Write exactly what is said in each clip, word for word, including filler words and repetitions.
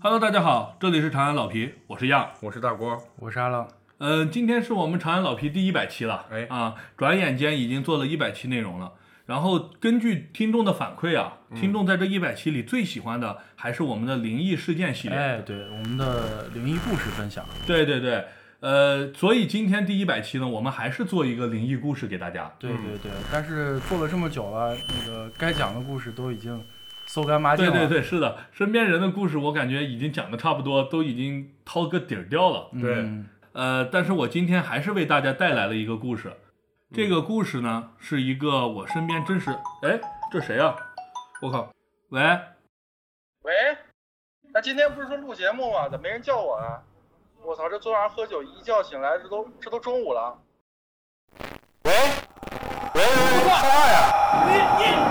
Hello， 大家好，这里是长安老皮，我是样， 我是大郭， 我是阿浪。 呃，今天是我们长安老皮第一百期了， 哎啊，转眼间已经做了一百期内容了。然后根据听众的反馈啊，听众在这一百期里最喜欢的还是我们的灵异事件系列。 哎，对，我们的灵异故事分享。 对对对，呃，所以今天第一百期呢，我们还是做一个灵异故事给大家。 对对对，嗯、但是做了这么久了，那个该讲的故事都已经搜干抹净了。 对对对，是的，身边人的故事我感觉已经讲的差不多，都已经掏个底儿掉了。 对， 嗯、 呃，但是我今天还是为大家带来了一个故事。这个故事呢，是一个我身边真实，哎，这谁啊？我靠，喂， 喂，那今天不是说录节目吗？咋没人叫我啊？我操，这昨晚上喝酒一觉醒来，这都这都中午了。喂，喂喂喂，说话呀！你你，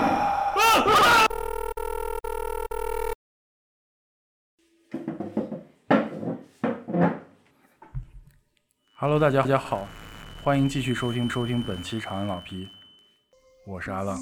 啊！Hello， 大家大家好。欢迎继续收听收听本期长安老皮，我是阿浪。